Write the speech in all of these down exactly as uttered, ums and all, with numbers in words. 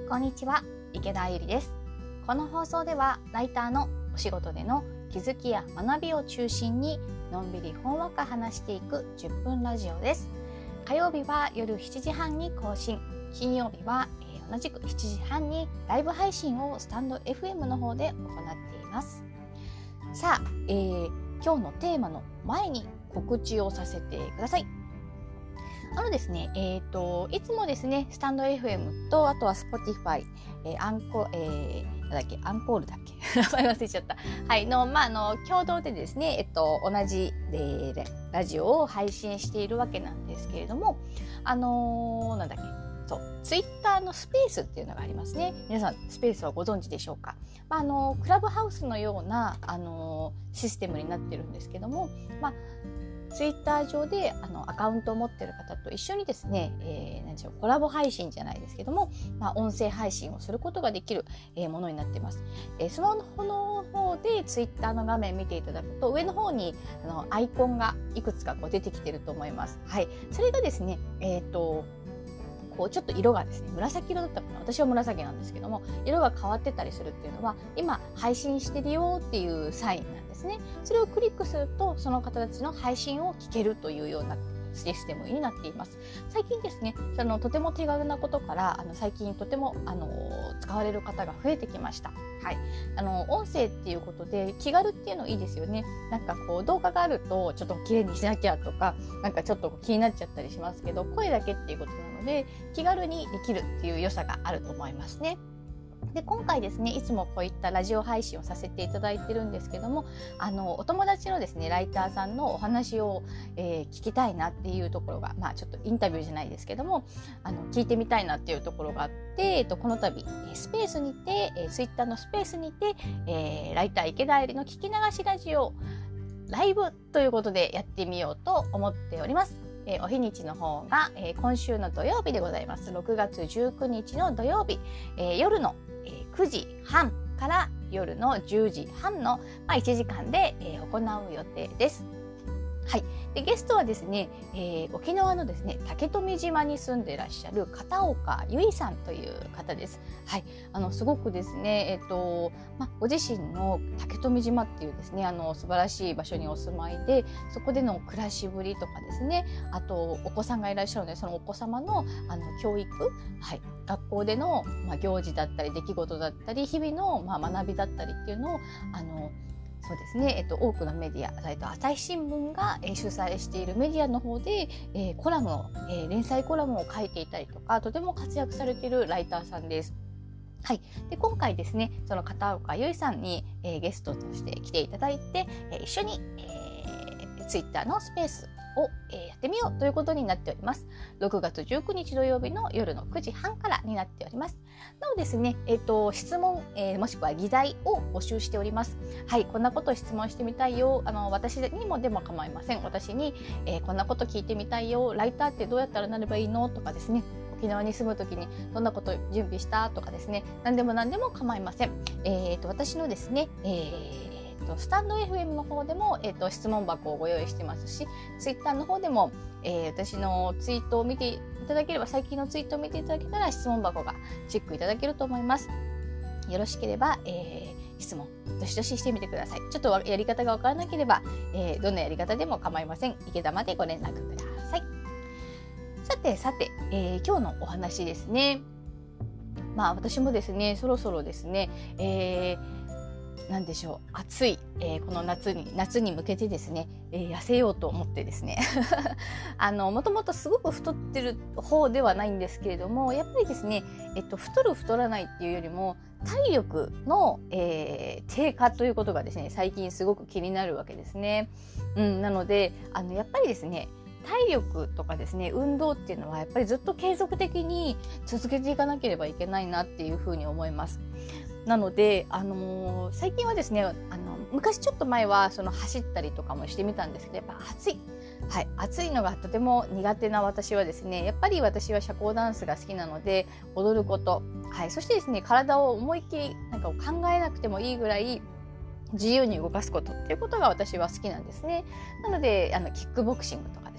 こんにちは、池田ゆりです。この放送ではライターのお仕事での気づきや学びを中心にのんびりほんわか話していくじゅっぷんラジオです。火曜日は夜しちじはんに更新、金曜日は、えー、同じくしちじはんにライブ配信をスタンド エフエム の方で行っています。さあ、えー、今日のテーマの前に告知をさせてください。あのですね、えっと、いつもですね、スタンド エフエム と、あとは Spotify、えー、アンコ、えー、なんだっけ、アンコールだっけ名前忘れちゃった。はい、の、まあ、あの、共同でですね、えっと、同じ、えー、ラジオを配信しているわけなんですけれども、あのー、なんだっけ、そう、Twitter のスペースっていうのがありますね。皆さん、スペースはご存知でしょうか。まあ、あの、クラブハウスのような、あのー、システムになってるんですけども、まあ、ツイッター上であのアカウントを持っている方と一緒にですね、えー、何でしょう、コラボ配信じゃないですけども、まあ、音声配信をすることができる、えー、ものになっています。えー、スマホの方でツイッターの画面見ていただくと上の方にあのアイコンがいくつかこう出てきていると思います。はい、それがですね、えっとこうちょっと色がですね、紫色だったかな、私は紫なんですけども、色が変わってたりするっていうのは今配信してるよっていうサインなんですね。それをクリックするとその方たちの配信を聞けるというようなシステムになっています。最近ですね、そのとても手軽なことからあの最近とてもあの使われる方が増えてきました。はい、あの音声っていうことで気軽っていうのいいですよね。なんかこう動画があるとちょっと綺麗にしなきゃとか、なんかちょっと気になっちゃったりしますけど、声だけっていうことなので気軽にできるっていう良さがあると思いますね。で、今回ですね、いつもこういったラジオ配信をさせていただいてるんですけども、あのお友達のですねライターさんのお話を、えー、聞きたいなっていうところが、まあちょっとインタビューじゃないですけども、あの聞いてみたいなっていうところがあって、えっと、この度スペースにて、えー、ツイッターのスペースにて、えー、ライター池田えりの聞き流しラジオライブということでやってみようと思っております。えー、お日にちの方が、えー、今週の土曜日でございます。ろくがつじゅうくにちの土曜日、えー、夜のくじはんから夜のじゅうじはんの、まあ、いちじかんで、えー、行う予定です。はい、でゲストはですね、えー、沖縄のですね竹富島に住んでいらっしゃる片岡由衣さんという方です。はい、あのすごくですね、えーとま、ご自身の竹富島っていうですねあの素晴らしい場所にお住まいで、そこでの暮らしぶりとかですね、あとお子さんがいらっしゃるのでそのお子様のあの教育、はい、学校での、ま、行事だったり出来事だったり日々の、ま、学びだったりっていうのをあのそうですね、えっと、多くのメディア、えっと、朝日新聞が、えー、主催しているメディアの方で、えー、コラムを、えー、連載コラムを書いていたりとか、とても活躍されているライターさんです。はい、で今回ですね、その片岡由衣さんに、えー、ゲストとして来ていただいて、えー、一緒に、えー、ツイッターのスペースを、えー、やってみようということになっております。ろくがつじゅうくにち土曜日の夜のくじはんからになっております。なおですね、えーと、質問、えー、もしくは議題を募集しております。はい、こんなことを質問してみたいよ。あの私にもでも構いません。私に、えー、こんなこと聞いてみたいよ。ライターってどうやったらなればいいのとかですね。沖縄に住むときにどんなこと準備したとかですね。何でも何でも構いません。えーと、私のですね、えースタンド エフエム の方でも、えー、と質問箱をご用意してますし、ツイッターの方でも、えー、私のツイートを見ていただければ、最近のツイートを見ていただけたら質問箱がチェックいただけると思います。よろしければ、えー、質問どしどししてみてください。ちょっとやり方がわからなければ、えー、どんなやり方でも構いません。池田までご連絡ください。さてさて、えー、今日のお話ですね。まあ私もですね、そろそろですね、えーなんでしょう、暑い、えー、この夏に夏に向けてですね、えー、痩せようと思ってですねあのもともとすごく太ってる方ではないんですけれども、やっぱりですね、えっと、太る太らないっていうよりも体力の、えー、低下ということがですね最近すごく気になるわけですね。うん、なのであのやっぱりですね体力とかですね運動っていうのはやっぱりずっと継続的に続けていかなければいけないなっていうふうに思います。なので、あのー、最近はですね、あの昔ちょっと前はその走ったりとかもしてみたんですけど、やっぱ暑い、はい、暑いのがとても苦手な私はですね、やっぱり私は社交ダンスが好きなので踊ること、はい、そしてですね体を思いっきりなんか考えなくてもいいぐらい自由に動かすことっていうことが私は好きなんですね。なのであのキックボクシングとかです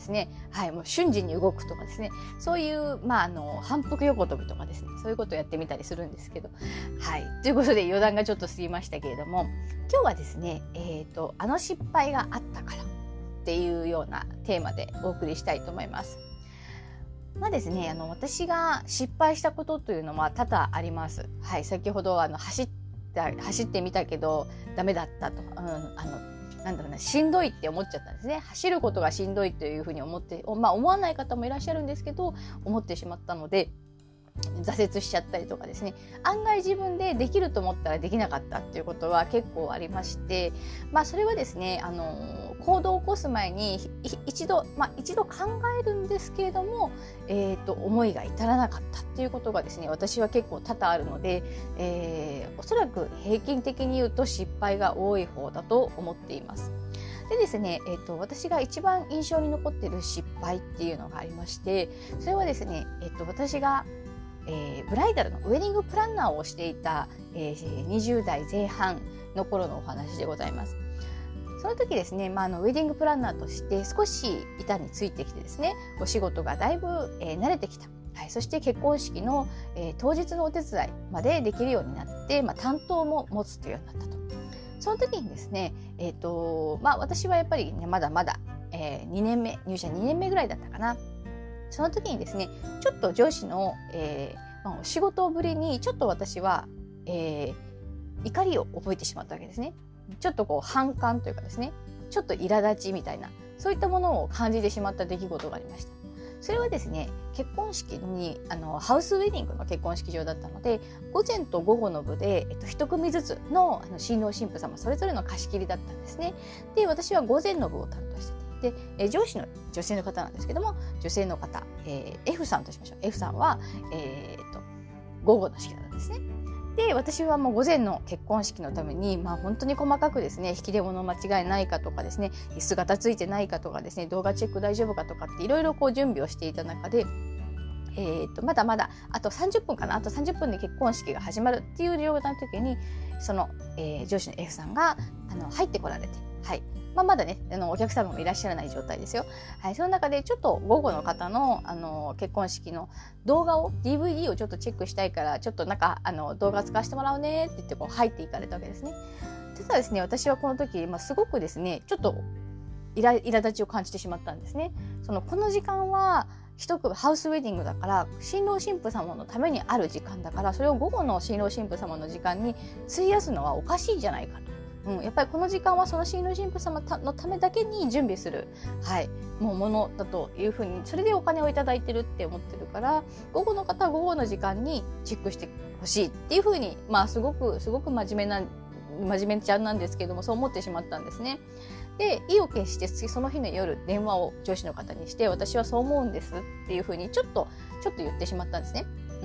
ですね、はい、もう瞬時に動くとかですね、そういう、まあ、あの反復横跳びとかですね、そういうことをやってみたりするんですけど、はい、ということで余談がちょっと過ぎましたけれども、今日はですね、えーと、あの失敗があったからっていうようなテーマでお送りしたいと思います。まあですね、あの私が失敗したことというのは多々あります。はい、先ほどあの走って走ってみたけどダメだったと、うん、あのなんだろうな、しんどいって思っちゃったんですね。走ることがしんどいというふうに思って、まあ思わない方もいらっしゃるんですけど、思ってしまったので挫折しちゃったりとかですね、案外自分でできると思ったらできなかったっていうことは結構ありまして、まあそれはですね、あの行動を起こす前に一度、まあ一度考えるんですけれども、えーと、思いが至らなかったっていうことがですね、私は結構多々あるので、えー、おそらく平均的に言うと失敗が多い方だと思っています。でですね、えーと、私が一番印象に残っている失敗っていうのがありまして、それはですね、えーと、私がえー、ブライダルのウェディングプランナーをしていた、えー、にじゅう代前半の頃のお話でございます。その時ですね、まあ、あのウェディングプランナーとして少し板についてきてですね、お仕事がだいぶ、えー、慣れてきた、はい、そして結婚式の、えー、当日のお手伝いまでできるようになって、まあ、担当も持つというようになったと。その時にですね、えーとまあ、私はやっぱり、ね、まだまだ、えー、にねんめ入社にねんめぐらいだったかな。その時にですね、ちょっと上司の、えーまあ、お仕事ぶりにちょっと私は、えー、怒りを覚えてしまったわけですね。ちょっとこう反感というかですね、ちょっと苛立ちみたいな、そういったものを感じてしまった出来事がありました。それはですね、結婚式にあのハウスウェディングの結婚式場だったので、午前と午後の部で、えっと、一組ずつのあの新郎新婦様それぞれの貸し切りだったんですね。で、私は午前の部を担当してて、で、え上司の女性の方なんですけども、女性の方、えー、F さんとしましょう。F さんは、えー、っと午後の式だったんですね。で、私はもう午前の結婚式のために、まあ本当に細かくですね、引き出物間違いないかとかですね、椅子がついてないかとかですね、動画チェック大丈夫かとかっていろいろこう準備をしていた中で、えー、とまだまだあとさんじゅっぷんかな、あとさんじゅっぷんで結婚式が始まるっていう状態の時に、その、えー、上司の F さんがあの入ってこられて、はい、まあ、まだね、あのお客様もいらっしゃらない状態ですよ。はい、その中でちょっと午後の方の、あの結婚式の動画を ディーブイディー をちょっとチェックしたいから、ちょっとなんかあの動画使わせてもらうねって言ってこう入っていかれたわけですね。ただですね、私はこの時、まあ、すごくですね、ちょっといら苛立ちを感じてしまったんですね。そのこの時間は一組ハウスウェディングだから、新郎新婦様のためにある時間だから、それを午後の新郎新婦様の時間に費やすのはおかしいじゃないかと。うん、やっぱりこの時間はその新郎新婦様のためだけに準備する、はい、もうものだというふうに、それでお金をいただいてるって思ってるから、午後の方は午後の時間にチェックしてほしいっていうふうに、まあすごくすごく真面目な真面目ちゃんなんですけども、そう思ってしまったんですね。で、意を決してその日の夜電話を上司の方にして、私はそう思うんですっていうふうにちょっとちょっと言ってしまったんですね。うん、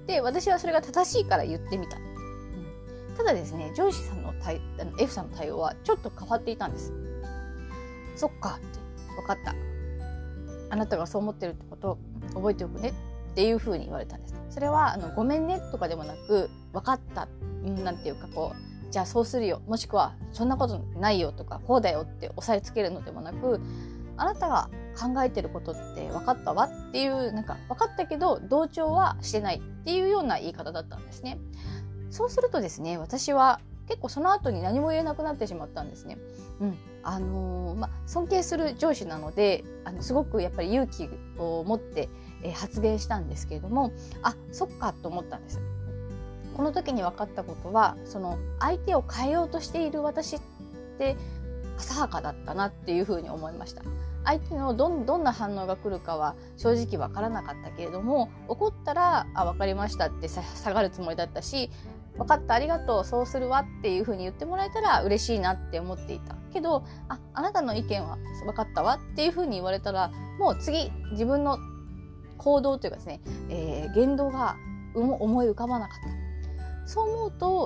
で、私はそれが正しいから言ってみた。うん、ただですね、上司さんの対あの F さんの対応はちょっと変わっていたんです。そっかって、分かった。あなたがそう思ってるってことを覚えておくねっていうふうに言われたんです。それはあのごめんねとかでもなく、分かった、なんていうかこう。じゃあそうするよ、もしくはそんなことないよとか、こうだよって押さえつけるのでもなく、あなたが考えてることって分かったわっていう、なんか分かったけど同調はしてないっていうような言い方だったんですね。そうするとですね、私は結構その後に何も言えなくなってしまったんですね。うん、あのー、ま、尊敬する上司なので、あのすごくやっぱり勇気を持って、えー、発言したんですけれども、あ、そっかと思ったんです。この時に分かったことは、その相手を変えようとしている私って浅はかだったなっていうふうに思いました。相手のどん、どんな反応が来るかは正直分からなかったけれども、怒ったらあ分かりましたって下がるつもりだったし、分かったありがとうそうするわっていうふうに言ってもらえたら嬉しいなって思っていたけど、あ、あなたの意見は分かったわっていうふうに言われたら、もう次自分の行動というかですね、えー、言動が思い浮かばなかった。そう思うと、あ、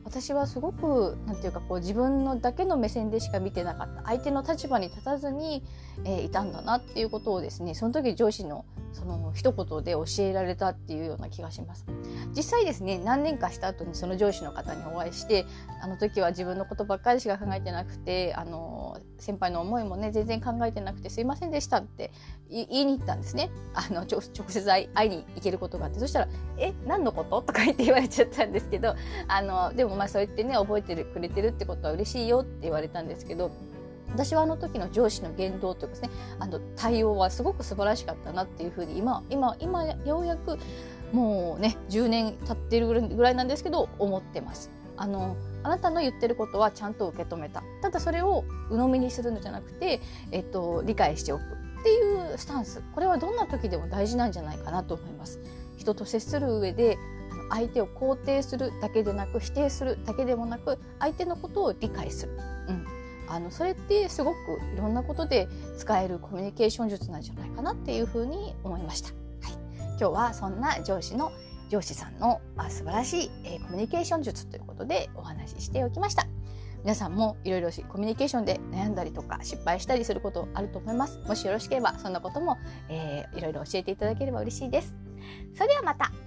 私はすごくなんていうかこう自分のだけの目線でしか見てなかった、相手の立場に立たずに、えー、いたんだなっていうことをですね、その時上司のその一言で教えられたっていうような気がします。実際ですね、何年かした後にその上司の方にお会いして、あの時は自分のことばっかりしか考えてなくて、あの先輩の思いもね全然考えてなくてすいませんでしたって言いに行ったんですね。あの直接会いに行けることがあって、そしたらえ何のこととか言って言われちゃったんですけど、あのでもまあそう言ってね覚えてくれてるってことは嬉しいよって言われたんですけど、私はあの時の上司の言動というかですね、あの対応はすごく素晴らしかったなっていうふうに今今今ようやくもうねじゅうねん経ってるぐらいなんですけど思ってます。あのあなたの言ってることはちゃんと受け止めた、ただそれを鵜呑みにするのじゃなくて、えっと、理解しておくっていうスタンス、これはどんな時でも大事なんじゃないかなと思います。人と接する上で相手を肯定するだけでなく、否定するだけでもなく、相手のことを理解する、うん、あのそれってすごくいろんなことで使えるコミュニケーション術なんじゃないかなっていうふうに思いました。はい、今日はそんな上司の上司さんの素晴らしい、えー、コミュニケーション術ということでお話ししておきました。皆さんもいろいろコミュニケーションで悩んだりとか失敗したりすることあると思います。もしよろしければそんなことも、えー、いろいろ教えていただければ嬉しいです。それではまた。